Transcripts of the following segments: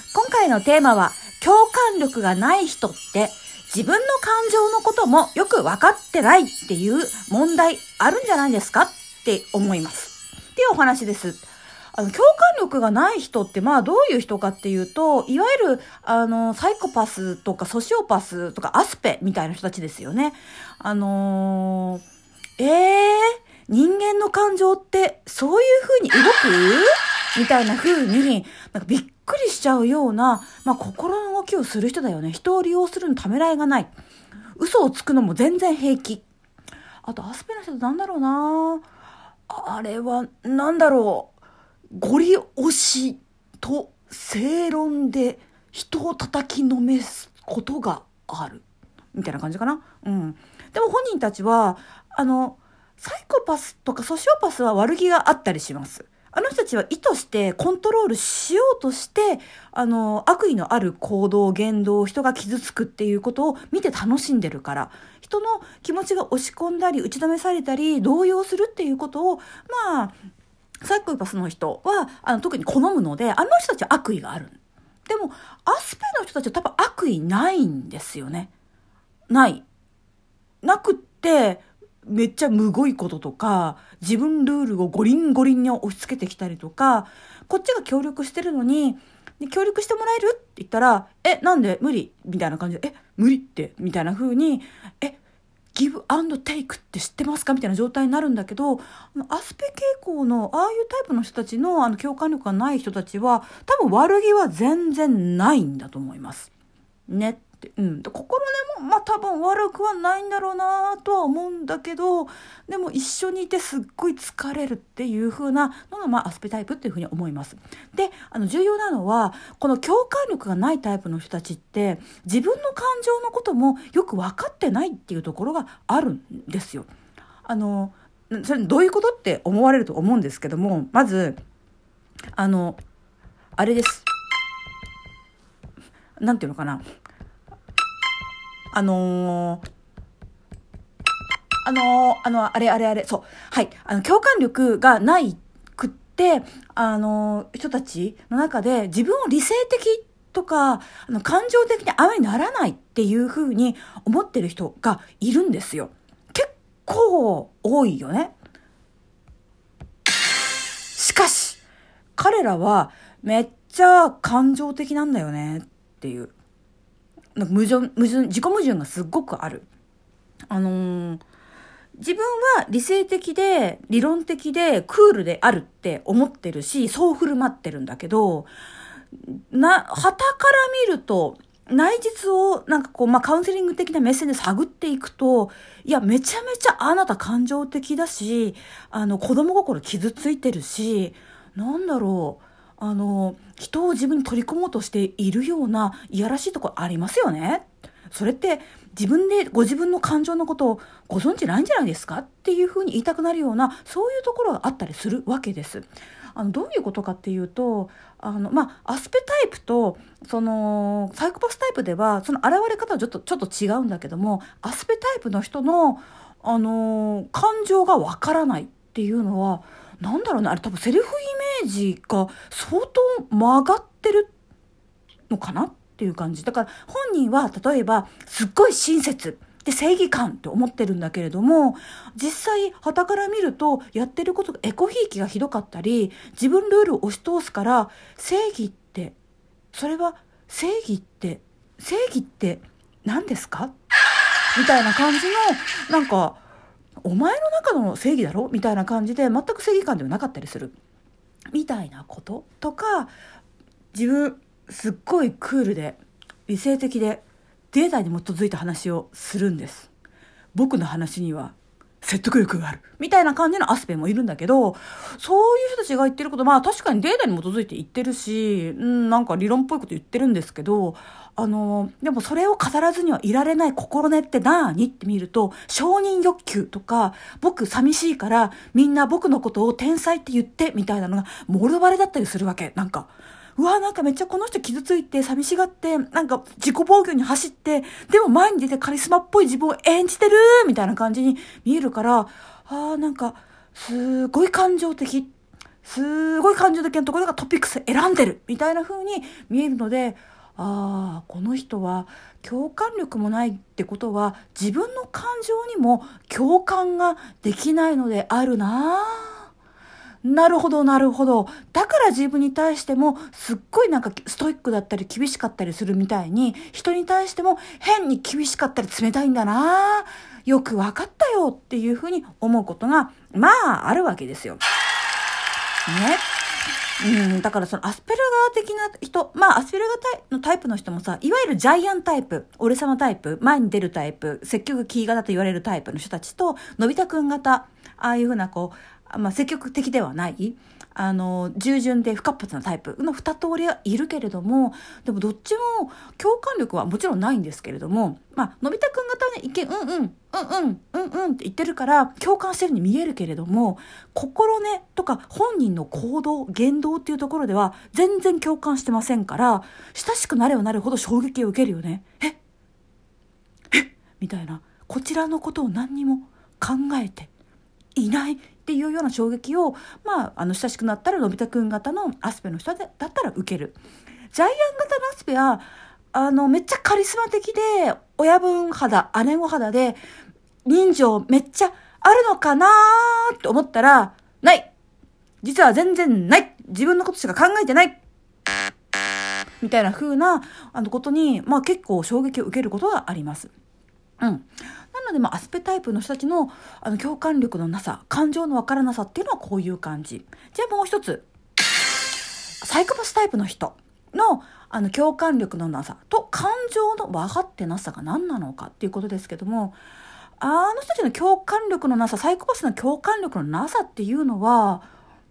今回のテーマは、共感力がない人って自分の感情のこともよく分かってないっていう問題あるんじゃないですかって思います。っていうお話です。共感力がない人ってどういう人かっていうと、いわゆるサイコパスとかソシオパスとかアスペみたいな人たちですよね。人間の感情ってそういう風に動くみたいな風にびっくりしちゃうような、心の動きをする人だよね。人を利用するのためらいがない。嘘をつくのも全然平気。あとアスペの人ってなんだろうな。あれはなんだろう。ゴリ押しと正論で人を叩きのめすことがあるみたいな感じかな。でも本人たちはサイコパスとかソシオパスは悪気があったりします。あの人たちは意図してコントロールしようとして悪意のある行動言動、人が傷つくっていうことを見て楽しんでるから、人の気持ちが押し込んだり打ち止めされたり動揺するっていうことをサイコパスの人は特に好むので、あの人たちは悪意がある。でもアスペの人たちは多分悪意ないんですよね。なくってめっちゃむごいこととか、自分ルールをゴリンゴリンに押し付けてきたりとか、こっちが協力してるのに協力してもらえるって言ったらなんで無理みたいな感じで無理ってみたいな風にギブアンドテイクって知ってますかみたいな状態になるんだけど、アスペ傾向のああいうタイプの人たちの共感力がない人たちは多分悪気は全然ないんだと思いますねって。心根も多分悪くはないんだろうなとは思うんだけど、でも一緒にいてすっごい疲れるっていう風なのがアスペタイプっていう風に思います。で、重要なのはこの共感力がないタイプの人たちって自分の感情のこともよく分かってないっていうところがあるんですよ。それどういうことって思われると思うんですけども、まずあれです。なんていうのかな。あれ、そう。はい。共感力がないくって、人たちの中で自分を理性的とか、感情的にあまりならないっていうふうに思ってる人がいるんですよ。結構多いよね。しかし、彼らはめっちゃ感情的なんだよねっていう。自己矛盾がすっごくある。自分は理性的で理論的でクールであるって思ってるし、そう振る舞ってるんだけど、傍から見ると内実をカウンセリング的な目線で探っていくと、いやめちゃめちゃあなた感情的だし、子供心傷ついてるし、人を自分に取り込もうとしているようないやらしいところありますよね。それってご自分の感情のことをご存知ないんじゃないですかっていうふうに言いたくなるような、そういうところがあったりするわけです。どういうことかっていうと、アスペタイプとサイコパスタイプではその現れ方はちょっと違うんだけども、アスペタイプの人の感情がわからないっていうのはあれ多分セルフイメージが相当曲がってるのかなっていう感じ。だから本人は例えばすっごい親切で正義感って思ってるんだけれども、実際傍から見るとやってることがエコひいきがひどかったり、自分ルールを押し通すから、正義って何ですかみたいな感じのお前の中の正義だろみたいな感じで、全く正義感ではなかったりするみたいなこととか、自分すっごいクールで理性的でデータに基づいた話をするんです。僕の話には説得力があるみたいな感じのアスペもいるんだけど、そういう人たちが言ってること確かにデータに基づいて言ってるし、理論っぽいこと言ってるんですけど、でもそれを語らずにはいられない心根って何って見ると、承認欲求とか、僕寂しいからみんな僕のことを天才って言ってみたいなのがもろバレだったりするわけ。めっちゃこの人傷ついて寂しがって自己防御に走って、でも前に出てカリスマっぽい自分を演じてるみたいな感じに見えるから、すごい感情的、 すごい感情的なところがトピックス選んでるみたいな風に見えるので、この人は共感力もないってことは自分の感情にも共感ができないのであるな。なるほどなるほど。だから自分に対してもすっごいなんかストイックだったり厳しかったりするみたいに、人に対しても変に厳しかったり冷たいんだな。よくわかったよっていうふうに思うことがあるわけですよ。ね。だからそのアスペルガー的な人、アスペルガーのタイプの人もさ、いわゆるジャイアンタイプ、俺様タイプ、前に出るタイプ、積極キー型と言われるタイプの人たちと、のび太くん型、ああいうふうな積極的ではない、従順で不活発なタイプの二通りはいるけれども、でもどっちも共感力はもちろんないんですけれども、のび太くん型はね、一見って言ってるから共感してるに見えるけれども、心根とか本人の行動言動っていうところでは全然共感してませんから、親しくなればなるほど衝撃を受けるよね。みたいな、こちらのことを何にも考えていないっていうような衝撃を、親しくなったらのび太くん型のアスペの人だったら受ける。ジャイアン型のアスペはめっちゃカリスマ的で親分肌姉御肌で人情めっちゃあるのかなーって思ったら、ない、実は全然ない、自分のことしか考えてないみたいな風なことに、結構衝撃を受けることがあります。なので、アスペタイプの人たちの共感力のなさ、感情のわからなさっていうのはこういう感じ。じゃあもう一つ、サイコパスタイプの人の共感力のなさと感情の分かってなさが何なのかっていうことですけども、あの人たちの共感力のなさ、サイコパスの共感力のなさっていうのは、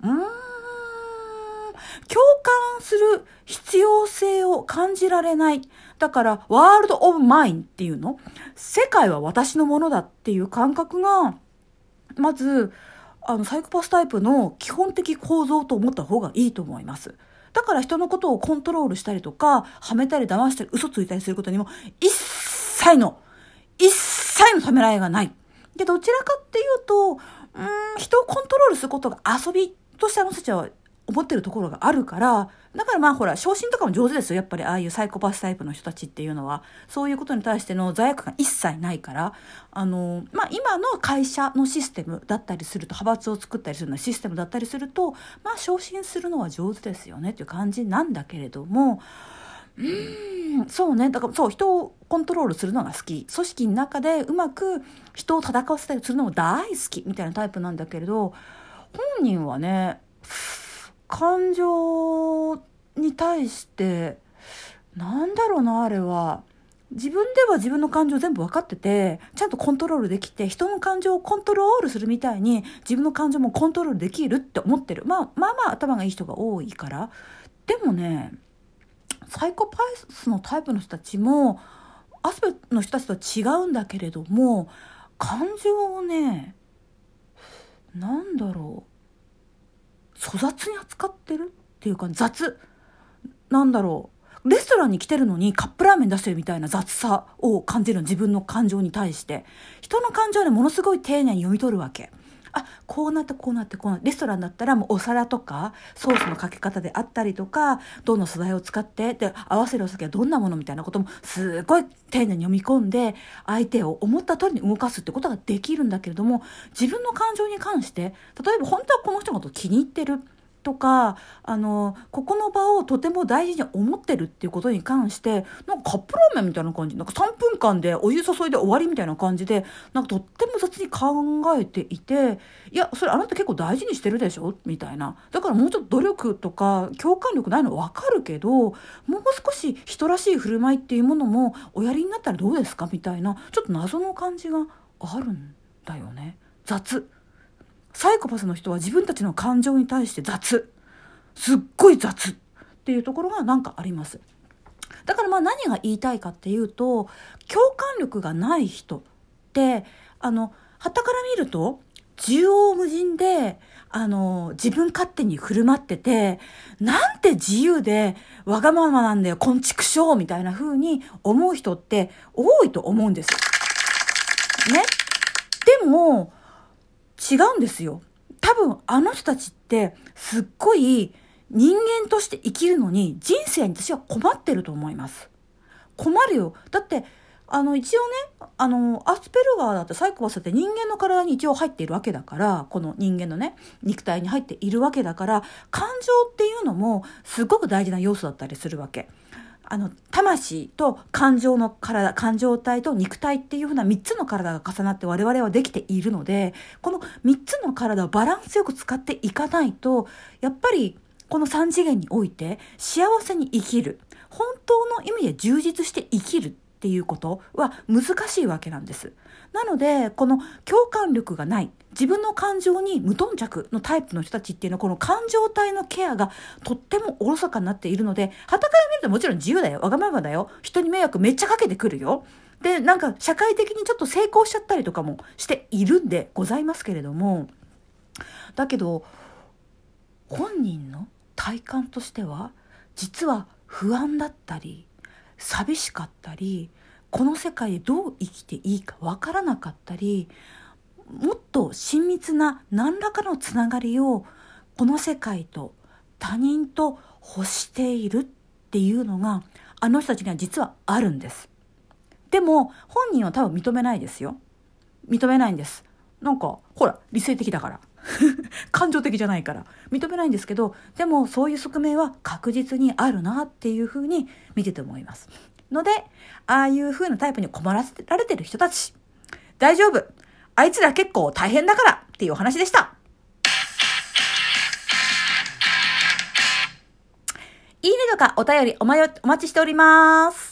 共感する必要性を感じられない。だから、ワールドオブマインっていうの？世界は私のものだっていう感覚が、まず、サイコパスタイプの基本的構造と思った方がいいと思います。だから人のことをコントロールしたりとか、はめたり騙したり嘘ついたりすることにも一切のためらいがない。で、どちらかっていうと、人をコントロールすることが遊びとして人たちは思ってるところがあるから、だからほら、昇進とかも上手ですよ。やっぱりああいうサイコパスタイプの人たちっていうのは、そういうことに対しての罪悪感一切ないから、今の会社のシステムだったりすると、派閥を作ったりするようなシステムだったりすると、昇進するのは上手ですよねっていう感じなんだけれども、そうね。だからそう、人をコントロールするのが好き。組織の中でうまく人を戦わせたりするのも大好きみたいなタイプなんだけれど、本人はね、感情に対してなんだろうな、あれは自分では自分の感情全部分かってて、ちゃんとコントロールできて、人の感情をコントロールするみたいに自分の感情もコントロールできるって思ってる。頭がいい人が多いから。でもね、サイコパスのタイプの人たちもアスペの人たちとは違うんだけれども、感情をね、なんだろう、粗雑に扱ってるっていうか、雑なんだろう、レストランに来てるのにカップラーメン出してるみたいな雑さを感じるの。自分の感情に対して人の感情でものすごい丁寧に読み取るわけ。こうなって。レストランだったらもうお皿とかソースのかけ方であったりとか、どの素材を使ってで合わせるお酒はどんなものみたいなこともすごい丁寧に読み込んで、相手を思った通りに動かすってことができるんだけれども、自分の感情に関して、例えば本当はこの人のこと気に入ってるとか、ここの場をとても大事に思ってるっていうことに関して、なんかカップラーメンみたいな感じ、なんか3分間でお湯注いで終わりみたいな感じで、なんかとっても雑に考えていて、いやそれあなた結構大事にしてるでしょみたいな。だからもうちょっと努力とか共感力ないの分かるけど、もう少し人らしい振る舞いっていうものもおやりになったらどうですかみたいな、ちょっと謎の感じがあるんだよね。雑。サイコパスの人は自分たちの感情に対して雑、すっごい雑っていうところがなんかあります。だから何が言いたいかっていうと、共感力がない人って傍から見ると縦横無尽で自分勝手に振る舞ってて、なんて自由でわがままなんだよこんちくしょうみたいな風に思う人って多いと思うんですよね。でも違うんですよ。多多分あの人たちってすっごい人間として生きるのに人生に私は困ってると思います。困るよ。だって一応ね、アスペルガーだってサイコパスだって人間の体に一応入っているわけだから、この人間のね、肉体に入っているわけだから、感情っていうのもすごく大事な要素だったりするわけ。魂と感情の体、感情体と肉体っていうふうな3つの体が重なって我々はできているので、この3つの体をバランスよく使っていかないと、やっぱりこの3次元において幸せに生きる、本当の意味で充実して生きるっていうことは難しいわけなんです。なので、この共感力がない、自分の感情に無頓着のタイプの人たちっていうのは、この感情体のケアがとってもおろそかになっているので、傍から見るともちろん自由だよ。わがままだよ。人に迷惑めっちゃかけてくるよ。で、なんか社会的にちょっと成功しちゃったりとかもしているんでございますけれども、だけど、本人の体感としては、実は不安だったり、寂しかったり、この世界でどう生きていいかわからなかったり、もっと親密な何らかのつながりをこの世界と他人と欲しているっていうのがあの人たちには実はあるんです。でも本人は多分認めないですよ。認めないんです。なんかほら理性的だから感情的じゃないから認めないんですけど、でもそういう側面は確実にあるなっていうふうに見てて思いますので、ああいう風なタイプに困らせられてる人たち、大丈夫、あいつら結構大変だからっていうお話でした。いいねとかお便りお待ちしております。